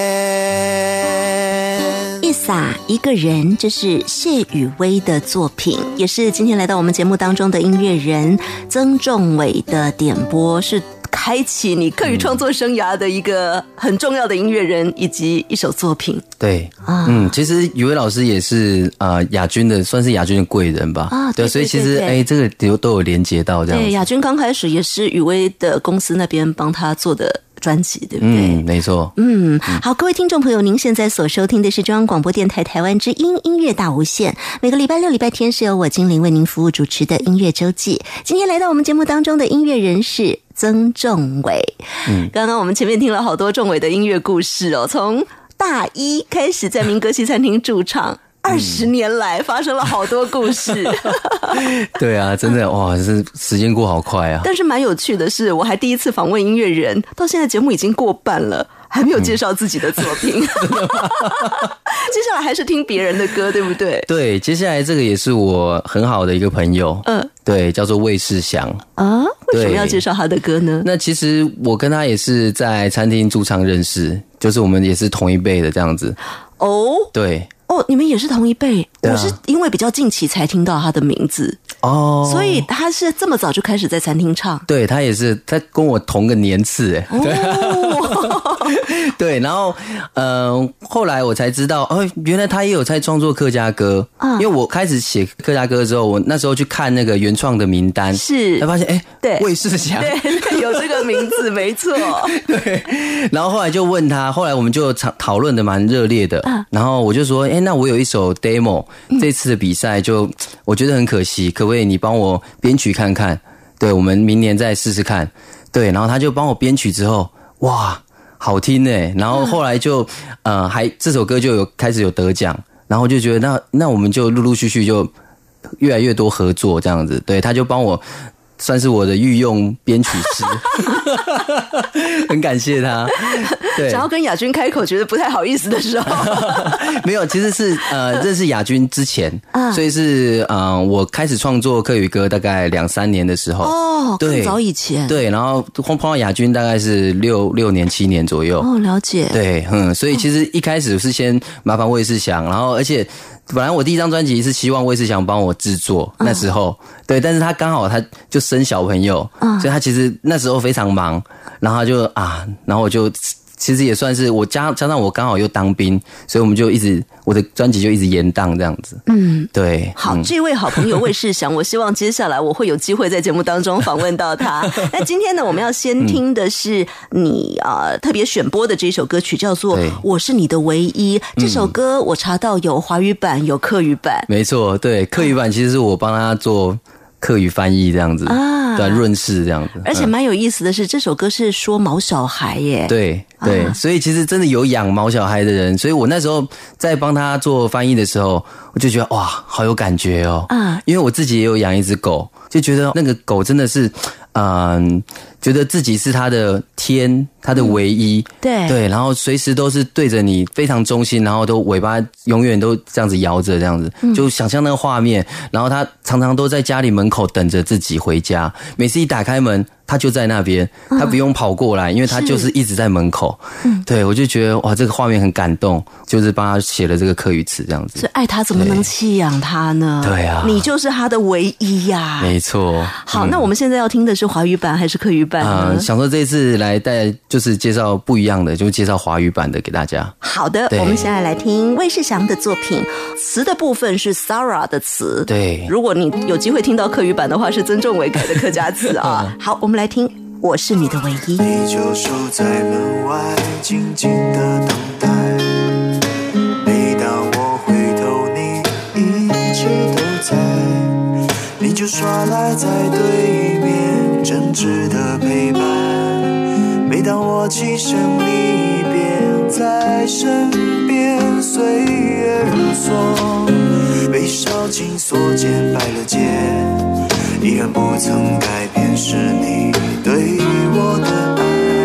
一撒一个人，这是谢宇威的作品，也是今天来到我们节目当中的音乐人曾仲伟的点播，是开启你客语创作生涯的一个很重要的音乐人以及一首作品。
对
啊，
嗯，其实宇威老师也是啊亚军的，算是亚军的贵人吧。啊，对，对，所以其实哎，这个都都有连接到这样子。
对，亚军刚开始也是宇威的公司那边帮他做的专辑，对不对？
嗯，没错。
嗯，好，各位听众朋友，您现在所收听的是中央广播电台台湾之音音乐大无限。每个礼拜六、礼拜天是由我精灵为您服务主持的音乐周记。今天来到我们节目当中的音乐人是曾仲伟。嗯，刚刚我们前面听了好多仲伟的音乐故事哦，从大一开始在民歌西餐厅驻唱。二十年来发生了好多故事，
对啊，真的哇，是时间过好快啊！
但是蛮有趣的是，我还第一次访问音乐人，到现在节目已经过半了，还没有介绍自己的作品。嗯、真的吗？接下来还是听别人的歌，对不对？
对，接下来这个也是我很好的一个朋友，嗯，对，叫做魏世祥
啊。为什么要介绍他的歌呢？
那其实我跟他也是在餐厅驻唱认识，就是我们也是同一辈的这样子。哦，对。
哦，你们也是同一辈、啊、我是因为比较近期才听到他的名字哦，所以他是这么早就开始在餐厅唱。
对，他也是，他跟我同个年次哎。哦，对，然后嗯、呃，后来我才知道，哦，原来他也有在创作客家歌。嗯，因为我开始写客家歌之后，我那时候去看那个原创的名单，
是
才发现，哎，
对，
魏世祥，
对，有这个名字，没错。
对，然后后来就问他，后来我们就讨论的蛮热烈的、嗯，然后我就说，哎，那我有一首 demo， 这次的比赛就我觉得很可惜，可不可以你帮我编曲看看？对，我们明年再试试看。对，然后他就帮我编曲之后，哇，好听耶！然后后来就呃，还这首歌就有开始有得奖，然后就觉得那那我们就陆陆续续就越来越多合作这样子。对，他就帮我算是我的御用编曲师，很感谢他。对，
想要跟亚军开口，觉得不太好意思的时候，
没有，其实是呃认识亚军之前，啊、所以是呃我开始创作客语歌大概两三年的时候，
哦，更早以前，
对，然后碰到亚军大概是六六年七年左右，
哦，了解，
对，嗯，所以其实一开始是先麻烦魏世祥，然后而且。本来我第一张专辑是希望魏世祥帮我制作，那时候、嗯、对，但是他刚好他就生小朋友、嗯，所以他其实那时候非常忙，然后他就啊，然后我就其实也算是我加加上我刚好又当兵，所以我们就一直我的专辑就一直延宕这样子。嗯，对。
好，
嗯、
这位好朋友魏世祥，我希望接下来我会有机会在节目当中访问到他。那今天呢，我们要先听的是你啊、呃、特别选播的这首歌曲，叫做《我是你的唯一》。这首歌我查到有华语版，有客语版。
没错，对，客语版其实是我帮他做客语翻译这样子啊，对，润饰这样子。
而且蛮有意思的是，嗯、这首歌是说毛小孩耶。
对对、啊，所以其实真的有养毛小孩的人，所以我那时候在帮他做翻译的时候，我就觉得哇，好有感觉哦。啊，因为我自己也有养一只狗，就觉得那个狗真的是，嗯，觉得自己是他的天，他的唯一。嗯、对对，然后随时都是对着你非常忠心，然后都尾巴永远都这样子摇着，这样子，嗯、就想象那个画面。然后他常常都在家里门口等着自己回家，每次一打开门，他就在那边，他不用跑过来，因为他就是一直在门口。嗯，对，我就觉得哇，这个画面很感动，就是帮他写了这个客语词，这样子。
是爱他怎么能弃养他呢？
对啊，
你就是他的唯一呀、啊。
没错。
好、嗯，那我们现在要听的是华语版还是客语版呢？
嗯，想说这一次来带就是介绍不一样的，就介绍华语版的给大家。
好的，我们现在来听魏世祥的作品，词的部分是 Sarah 的词。
对，
如果你有机会听到客语版的话，是曾仲伟改的客家词啊。好，我们来听。我是你的唯一，
你就守在门外静静的等待，每当我回头你一直都在，你就耍赖在对面真挚的陪伴，每当我起身你便在身边，岁月如梭被烧进锁间白了结，依然不曾改变是你对我的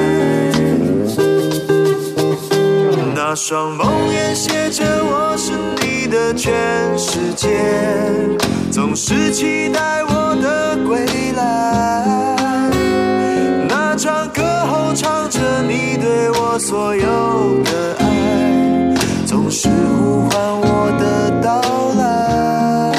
爱，那双梦魇写着我是你的全世界，总是期待我的归来，那场歌后唱着你对我所有的爱，总是呼唤我的到来，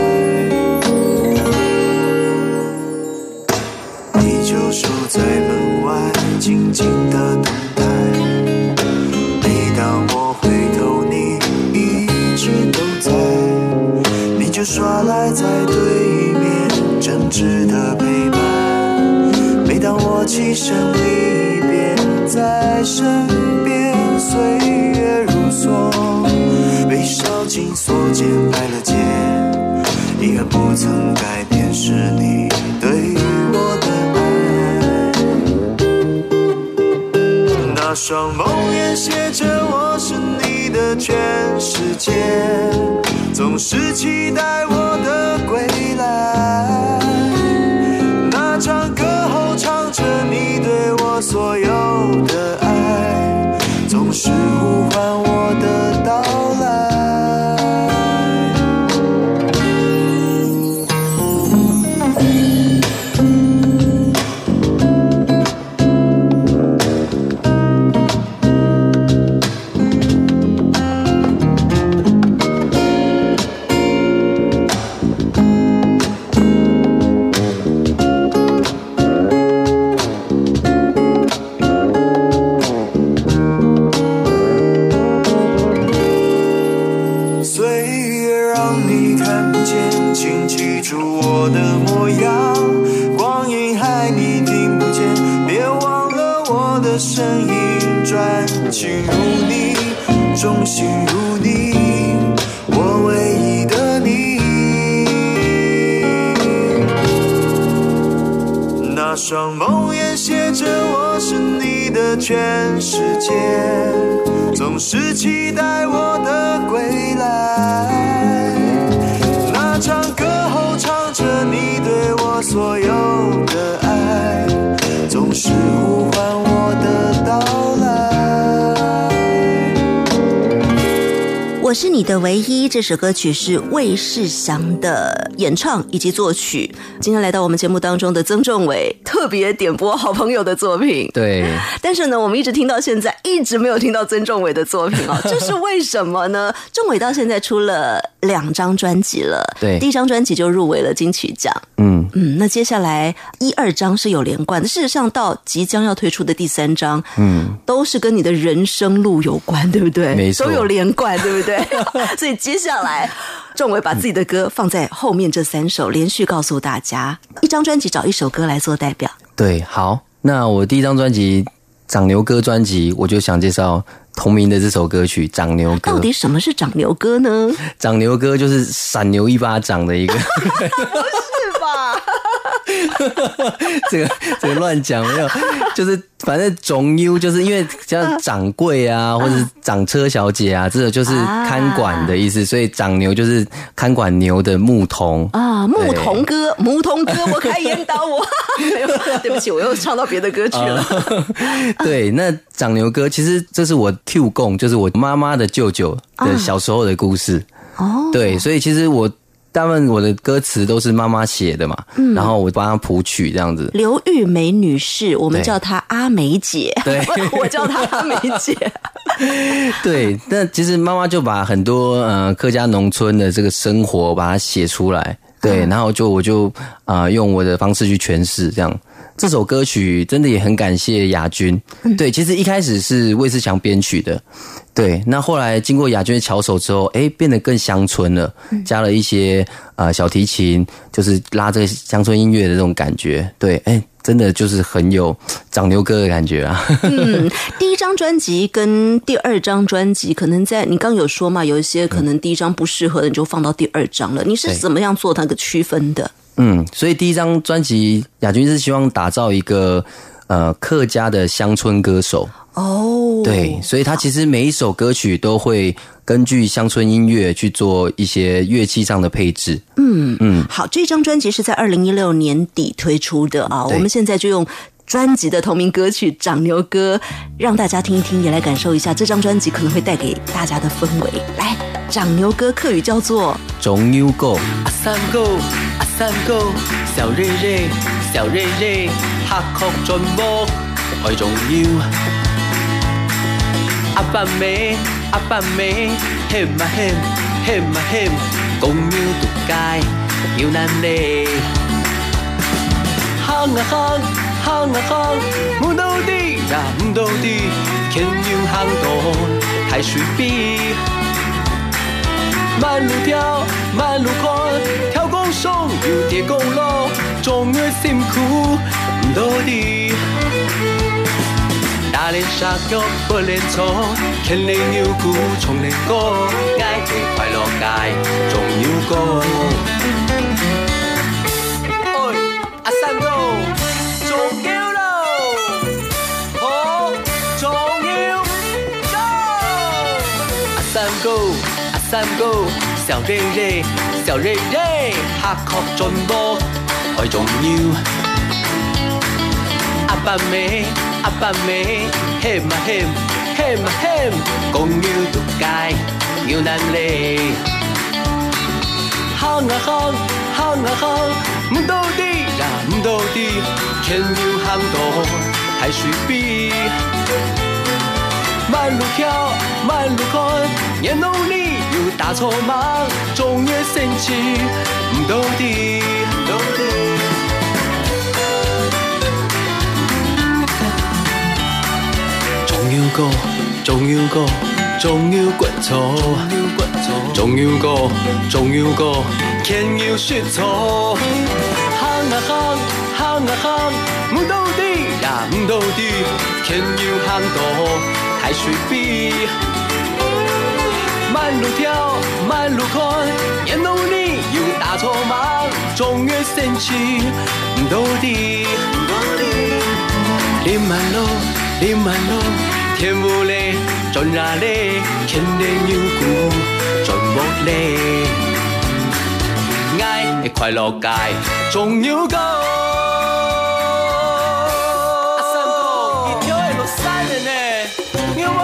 你就守在门外静静的等待，每当我回头你一直都在，你就耍赖在对面真挚的陪伴，每当我起身你便在身边，岁月如梭被烧进锁间白了结，依然不曾改变是你对我的爱，那双梦魇写着我是你的全世界，总是期待我的归来，那场歌后唱着你对我所有的爱，总是呼唤我的到来，声音专情如你，忠心如你，我唯一的你，那双梦魇写着我是你的全世界，总是期待我的归来，那场歌后唱着你对我所有是呼唤我的到来。
我是你的唯一，这首歌曲是魏世祥的演唱以及作曲。今天来到我们节目当中的曾仲伟特别点播好朋友的作品，
对。
但是呢，我们一直听到现在，一直没有听到曾仲伟的作品哦，这是为什么呢？仲伟到现在出了两张专辑了，
对，
第一张专辑就入围了金曲奖，嗯嗯，那接下来一二张是有连贯的，事实上到即将要推出的第三张，嗯，都是跟你的人生路有关，对不对？
没错，
都有连贯，对不对？所以接下来仲伟把自己的歌放在后面这三首，连续告诉大家，一张专辑找一首歌来做代表。
对，好，那我第一张专辑长牛歌专辑，我就想介绍同名的这首歌曲《长牛歌》。
到底什么是长牛歌呢？
长牛歌就是闪牛一巴掌的一个，不
是吧？
这个这个乱讲没有，就是反正总优就是因为像掌柜啊，或者是掌车小姐啊，这个就是看管的意思，所以长牛就是看管牛的牧童
啊，牧童歌，牧童歌，我开引导我。对不起，我又唱到别的歌曲了。
啊、对，那长牛歌其实这是我 Q 共，就是我妈妈的舅舅的小时候的故事。哦，对，所以其实我。大部分我的歌词都是妈妈写的嘛，嗯，然后我帮她谱曲这样子。
刘玉梅女士，我们叫她阿梅姐，
对，
我叫她阿梅姐。
对，但其实妈妈就把很多呃客家农村的这个生活把它写出来，对，然后就我就啊、呃、用我的方式去诠释这样。这首歌曲真的也很感谢亚军，对，其实一开始是魏世强编曲的，对，那后来经过亚军的巧手之后，哎，变得更乡村了，加了一些呃小提琴，就是拉这个乡村音乐的这种感觉，对，哎，真的就是很有长牛歌的感觉啊。
嗯，第一张专辑跟第二张专辑，可能在你刚有说嘛，有一些可能第一张不适合的，你就放到第二张了。你是怎么样做那个区分的？
嗯，所以第一张专辑，亚军是希望打造一个呃客家的乡村歌手。哦，对，所以他其实每一首歌曲都会根据乡村音乐去做一些乐器上的配置。
嗯嗯，好，这张专辑是在二零一六年底推出的啊，我们现在就用专辑的同名歌曲《长牛歌》，让大家听一听，也来感受一下这张专辑可能会带给大家的氛围。来，《长牛歌》客语叫做
“种牛歌”。
阿三哥，阿三哥，小瑞瑞，小瑞瑞，黑曲進步，愛種牛。阿爸妹，阿爸妹，嘿嘛嘿，嘿嘛嘿，公牛獨街，牛難嚟。行啊行，行啊行，唔到底呀唔到底，天牛行到太水邊。慢路跳，慢路看，跳公松又跌公路，終於辛苦唔到底。大連沙腳不練錯，天靈牛股重練歌，愛去快樂街種牛歌。哎，阿三哥，種牛咯，好，種牛 go。阿三哥。三個小瑞瑞，小瑞瑞，黑曲進步，愛種牛。阿爸妹，阿爸妹，嘿嘛嘿，嘿嘛嘿，公牛獨街，牛難嚟。行啊行，行啊行，唔到底呀唔到底，天牛行到太水邊。慢路跳，慢路看，也努力。打錯碼，終於升起，唔到底，唔到底。仲要個，仲要個，仲要骨粗，仲要個，仲要個，天要雪粗。行啊行，行啊行，唔到底呀唔到底，天要行到太水邊。慢路跳，慢路看，也努力又打錯碼，終於升起，唔到底，唔到底。你慢路，你慢路，天無力，盡哪裡，天靈牛股，盡無力。愛的快樂街，種牛歌。阿三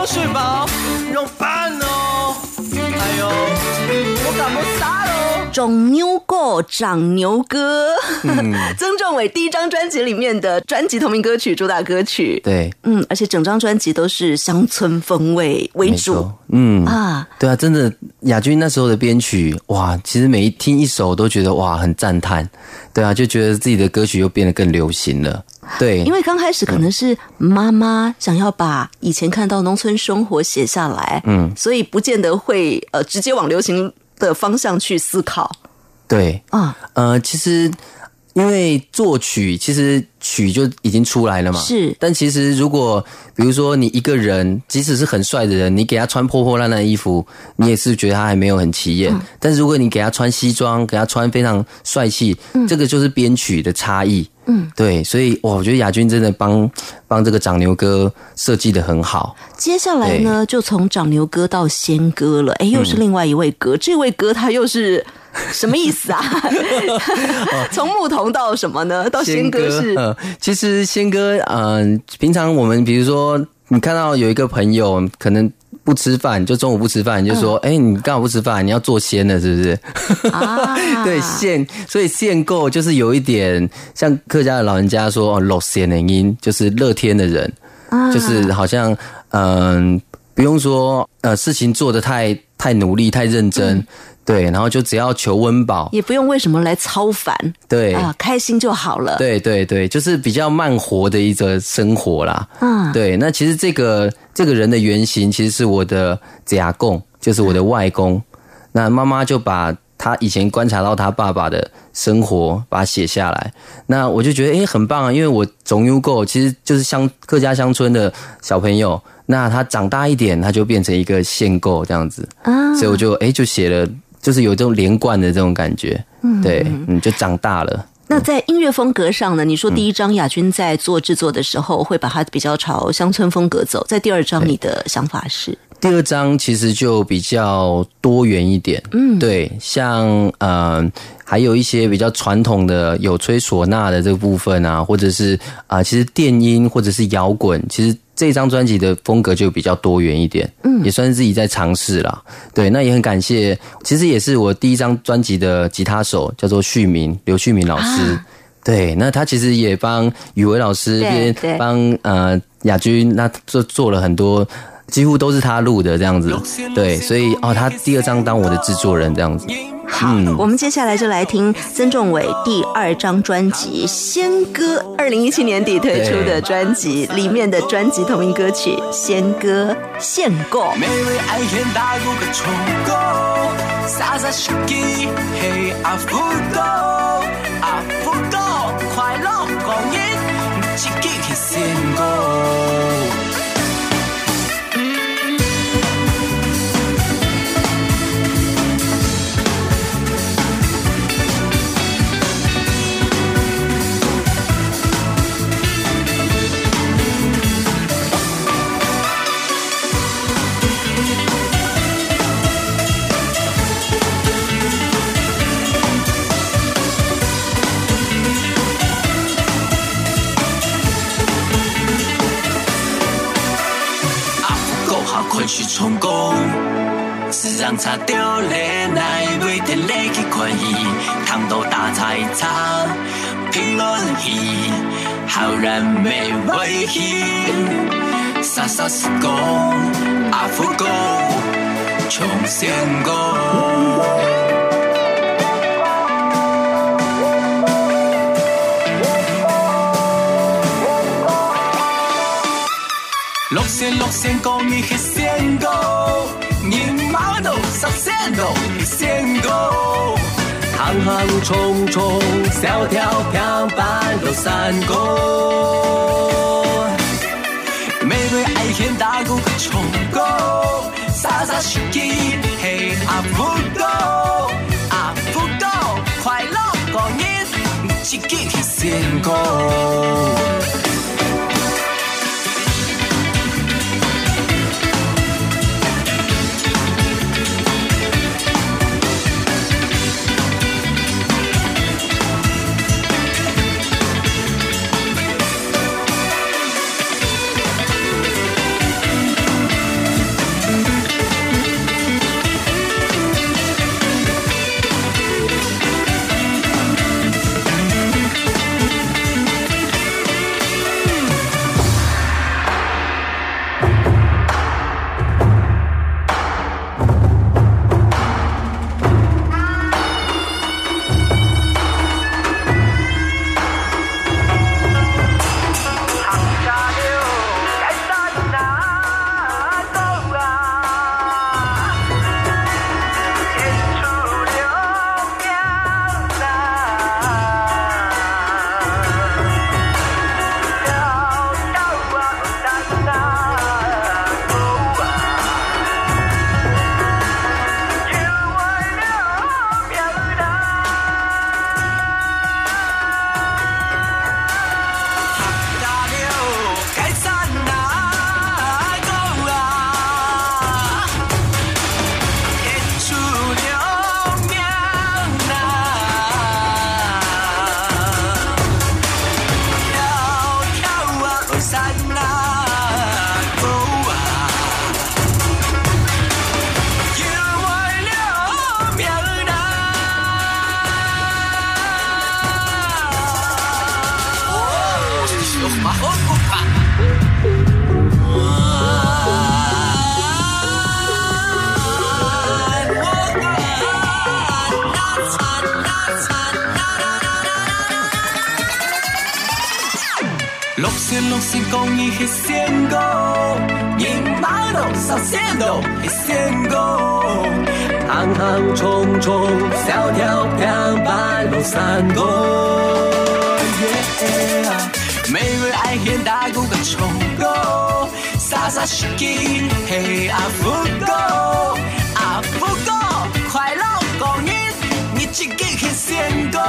流水宝弄翻哦，哎呦，我感冒杀喽。
种牛歌长牛歌，嗯、曾仲伟第一张专辑里面的专辑同名歌曲，主打歌曲。
对，
嗯，而且整张专辑都是乡村风味为主。
嗯啊，对啊，真的，亚军那时候的编曲，哇，其实每一听一首都觉得哇很赞叹。对啊，就觉得自己的歌曲又变得更流行了。对，
因为刚开始可能是妈妈想要把以前看到农村生活写下来，嗯，所以不见得会呃直接往流行的方向去思考。
对啊，呃，其实因为作曲其实曲就已经出来了嘛，
是。但
其实如果比如说你一个人，即使是很帅的人，你给他穿破破烂烂的衣服，你也是觉得他还没有很起眼。嗯、但是如果你给他穿西装，给他穿非常帅气，嗯、这个就是编曲的差异。嗯，对，所以哇，我觉得亚军真的帮帮这个长牛歌设计的很好。
接下来呢，就从长牛歌到仙歌了，哎，又是另外一位歌，嗯、这位歌他又是什么意思啊？从牧童到什么呢？到仙歌是？
呃、其实仙歌，嗯、呃，平常我们比如说，你看到有一个朋友可能不吃饭，就中午不吃饭，你就说，哎、嗯欸，你刚好不吃饭，你要做仙了，是不是？啊，对，仙，所以仙购就是有一点像客家的老人家说，哦，乐仙的音，就是乐天的人，啊、就是好像，嗯、呃，不用说，呃，事情做得太太努力、太认真。嗯对，然后就只要求温饱，
也不用为什么来操烦，
对
啊，开心就好了。
对对对，就是比较慢活的一个生活啦。嗯，对，那其实这个这个人的原型其实是我的阿公，就是我的外公。那妈妈就把他以前观察到他爸爸的生活，把它写下来。那我就觉得，哎，很棒啊，因为我种 U Go 其实就是乡客家乡村的小朋友。那他长大一点，他就变成一个县购这样子啊，所以我就哎就写了。就是有这种连贯的这种感觉，嗯，对，嗯，就长大了。
那在音乐风格上呢？你说第一张亚军在做制作的时候，会把它比较朝乡村风格走。在第二张，你的想法是？
第二张其实就比较多元一点，嗯，对，像呃，还有一些比较传统的有吹唢呐的这个部分啊，或者是啊、呃，其实电音或者是摇滚，其实。这张专辑的风格就比较多元一点，嗯，也算是自己在尝试啦。对，那也很感谢，其实也是我第一张专辑的吉他手，叫做旭明，刘旭明老师。啊、对，那他其实也帮宇维老师，边帮呃亚军，那做做了很多，几乎都是他录的这样子。对，所以哦，他第二张当我的制作人这样子。
好，嗯、我们接下来就来听曾仲伟第二张专辑《仙歌》，二零一七年底推出的专辑里面的专辑同名歌曲《仙歌》献过。每位爱犬打鼓个冲过，洒洒手机嘿阿福哥阿福哥，快乐光阴自己去献过。
困是冲过，是让差掉嘞，来为天来去看戏，糖豆大菜场，评论戏，好人没危险，傻傻是讲阿福哥，冲先过。六线六线高你黑线高，你马都上线都黑线高，行行冲冲，小跳飘板都三高，每位爱犬打鼓个冲高，洒洒手机嘿阿福哥阿福哥，快乐光阴自己黑线高。 这拢是讲伊的仙歌，银马路上仙路的仙歌，行行冲冲，条条平板路山歌。每位爱现大鼓个冲歌，洒洒是吉嘿阿福歌，阿福歌，快乐公益，你自己去仙歌。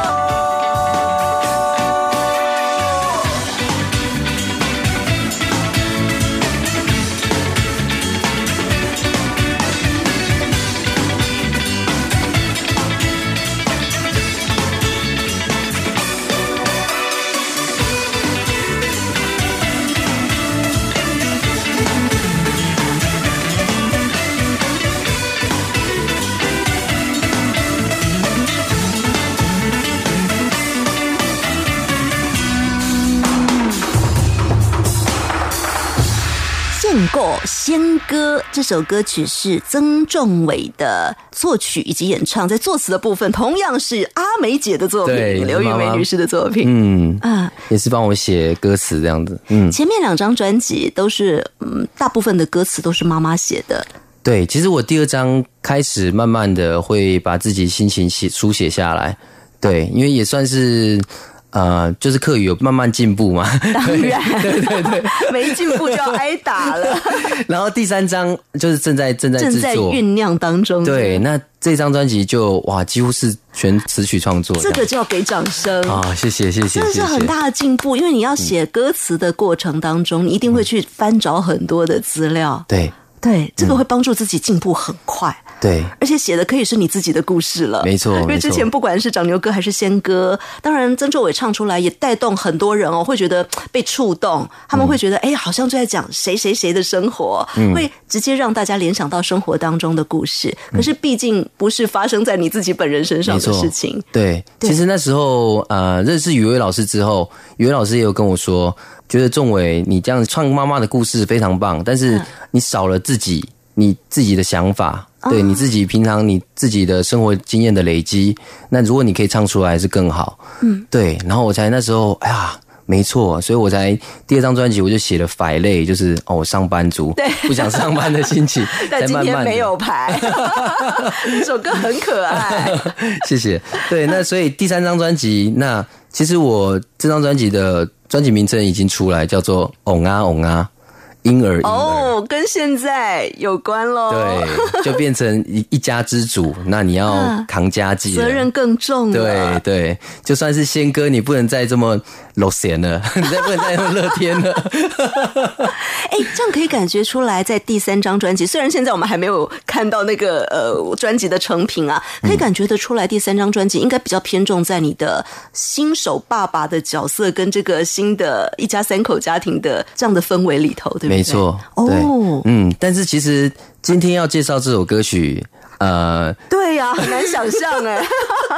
献过仙歌这首歌曲是曾仲伟的作曲以及演唱，在作词的部分同样是阿梅姐的作品，刘玉梅女士的作品，
嗯啊，也是帮我写歌词这样子。嗯，
前面两张专辑都是，嗯，大部分的歌词都是妈妈写的。
对，其实我第二张开始慢慢的会把自己心情写书写下来，对，因为也算是。呃，就是课语有慢慢进步嘛，
当然，
对对对，
没进步就要挨打了。
然后第三张就是正在正在制作，
正在酝酿当中。
对，那这张专辑就哇，几乎是全词曲创作，
这个就要给掌声
啊！谢谢谢谢，
这是很大的进步，因为你要写歌词的过程当中，你一定会去翻找很多的资料。
对
对，这个会帮助自己进步很快。
对，
而且写的可以是你自己的故事了，
没错。
因为之前不管是长牛歌还是仙歌，当然曾仲伟唱出来也带动很多人哦，会觉得被触动，他们会觉得哎、嗯，好像就在讲谁谁谁的生活、嗯，会直接让大家联想到生活当中的故事。可是毕竟不是发生在你自己本人身上的事情。
对，对，其实那时候呃认识雨薇老师之后，雨薇老师也有跟我说，觉得仲伟你这样唱妈妈的故事非常棒，但是你少了自己。你自己的想法，对你自己平常你自己的生活经验的累积，那如果你可以唱出来是更好。嗯，对。然后我才那时候，哎呀，没错，所以我才第二张专辑我就写了反类，就是哦，上班族不想上班的心情。
但今天没有排，这首歌很可爱。
谢谢。对，那所以第三张专辑，那其实我这张专辑的专辑名称已经出来，叫做《嗡啊嗡啊》。婴儿
哦，跟现在有关咯。
对，就变成一一家之主，那你要扛家计了、啊，
责任更重了。
对对，就算是仙歌，你不能再这么露闲了，你再不能再这么乐天了。
哎、欸，这样可以感觉出来，在第三张专辑，虽然现在我们还没有看到那个呃专辑的成品啊，可以感觉得出来，第三张专辑应该比较偏重在你的新手爸爸的角色跟这个新的一家三口家庭的这样的氛围里头，对不对？
没错，哦，嗯，但是其实今天要介绍这首歌曲，呃，
对呀、啊，很难想象哎。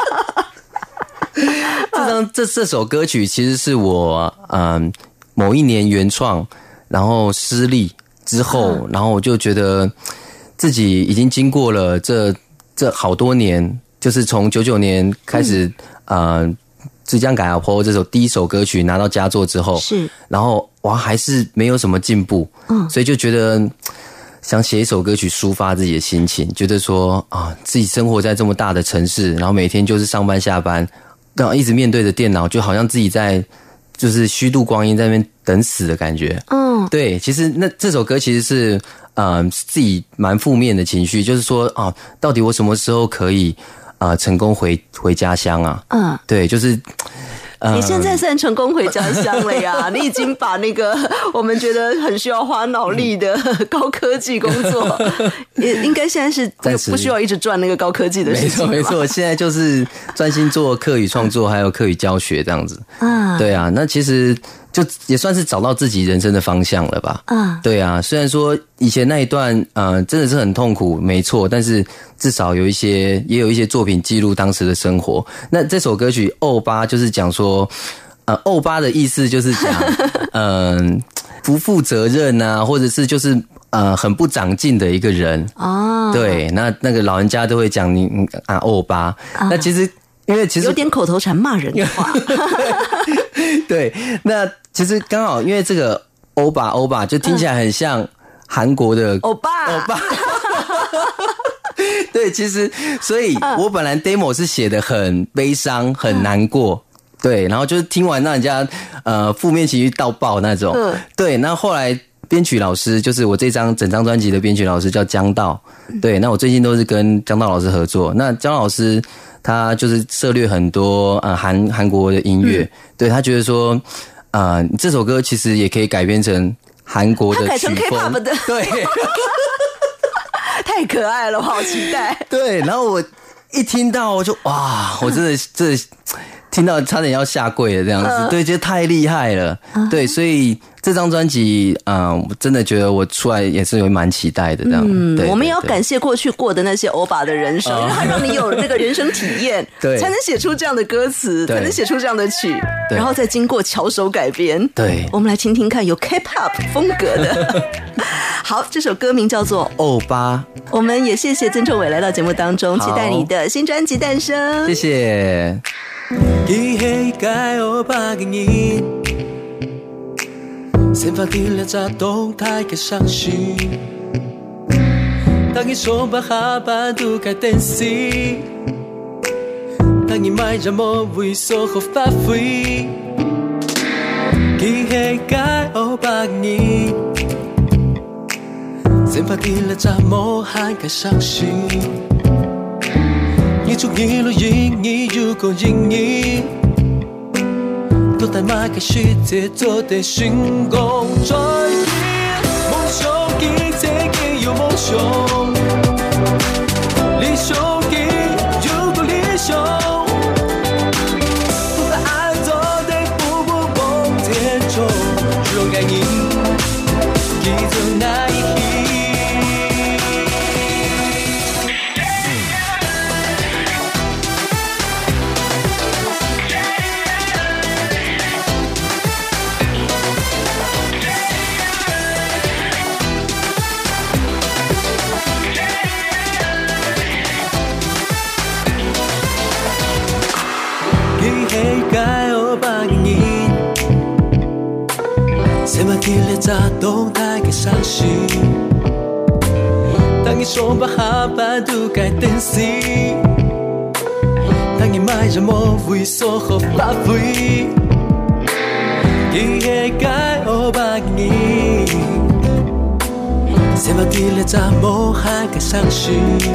这张这这首歌曲其实是我嗯、呃、某一年原创，然后失利之后，然后我就觉得自己已经经过了这这好多年，就是从九九年开始，嗯、呃。即将改阿婆这首第一首歌曲拿到佳作之后，
是，然
后哇还是没有什么进步，嗯，所以就觉得想写一首歌曲抒发自己的心情，觉得说啊自己生活在这么大的城市，然后每天就是上班下班，然后一直面对着电脑，就好像自己在就是虚度光阴在那边等死的感觉，嗯，对，其实那这首歌其实是呃自己蛮负面的情绪，就是说啊到底我什么时候可以啊、呃，成功回回家乡啊！嗯，对，就是。
呃、你现在算成功回家乡了呀！你已经把那个我们觉得很需要花脑力的高科技工作，也应该现在是不需要一直赚那个高科技的事情。
没错，没错，现在就是专心做客语创作，还有客语教学这样子。啊，对啊，那其实就也算是找到自己人生的方向了吧？啊，对啊，虽然说以前那一段呃真的是很痛苦，没错，但是至少有一些也有一些作品记录当时的生活。那这首歌曲《欧巴》就是讲说。呃，欧巴的意思就是讲，嗯、呃，不负责任啊，或者是就是呃很不长进的一个人哦。对，那那个老人家都会讲你啊欧巴、啊。那其实因为其实
有点口头禅骂人的话。
对，那其实刚好因为这个欧巴欧巴就听起来很像韩国的
欧巴
欧巴。对，其实所以我本来 demo 是写的很悲伤很难过，对，然后就是听完让人家呃负面情绪到爆那种，对，那后来编曲老师就是我这张整张专辑的编曲老师叫江道，对，那我最近都是跟江道老师合作，那江老师他就是涉猎很多呃韩韩国的音乐，对，他觉得说呃这首歌其实也可以改编成韩国的曲风，他改成
K-pop 的，
对。
太可爱了，我好期待。
对，然后我一听到我就哇，我真的真的听到差点要下跪了这样子，呃、对，觉得太厉害了。呃、对，所以这张专辑，嗯、呃，我真的觉得我出来也是有蛮期待的这样。嗯，对对对，
我们也要感谢过去过的那些欧巴的人生，因为他让你有那个人生体验，对，才能写出这样的歌词，才能写出这样的曲，然后再经过巧手改编。
对，
我们来听听看有 K-pop 风格的。好，这首歌名叫做《
欧巴》。
我们也谢谢曾仲伟来到节目当中，期待你的新专辑诞生。
谢谢。
记起该欧巴的你，先发地了在动态嘅伤心。当你说把下巴都该电视，当你买着么猥琐和发挥。记起该欧巴的你。先发地了在莫还该伤心，你从一路引你如果引你，都在马个世界做的成功追忆，梦想记这个有梦想，理想记如果理想，不把爱做的步步往前冲，勇敢你记住那一刻。先把地裂在动态嘅伤心，当你说把下巴都该电视，当你买着么猥琐和发挥，记起该欧巴你，先把地裂在莫还嘅伤心，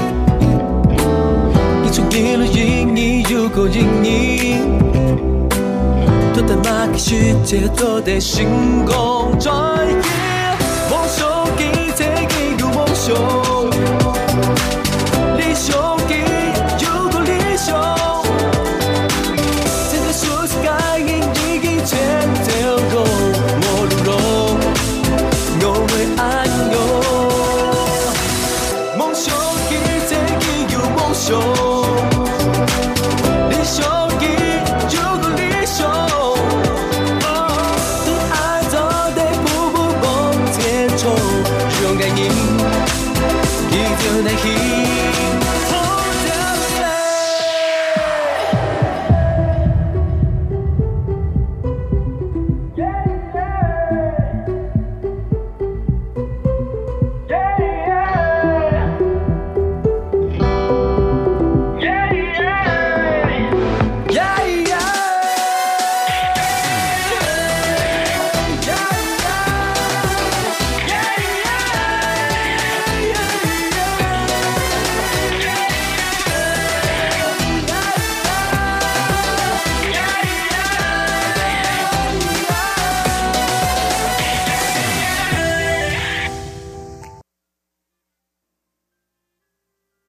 你从一路引你如果引你。都在马克世界做的成功追忆，梦想记这个有梦想。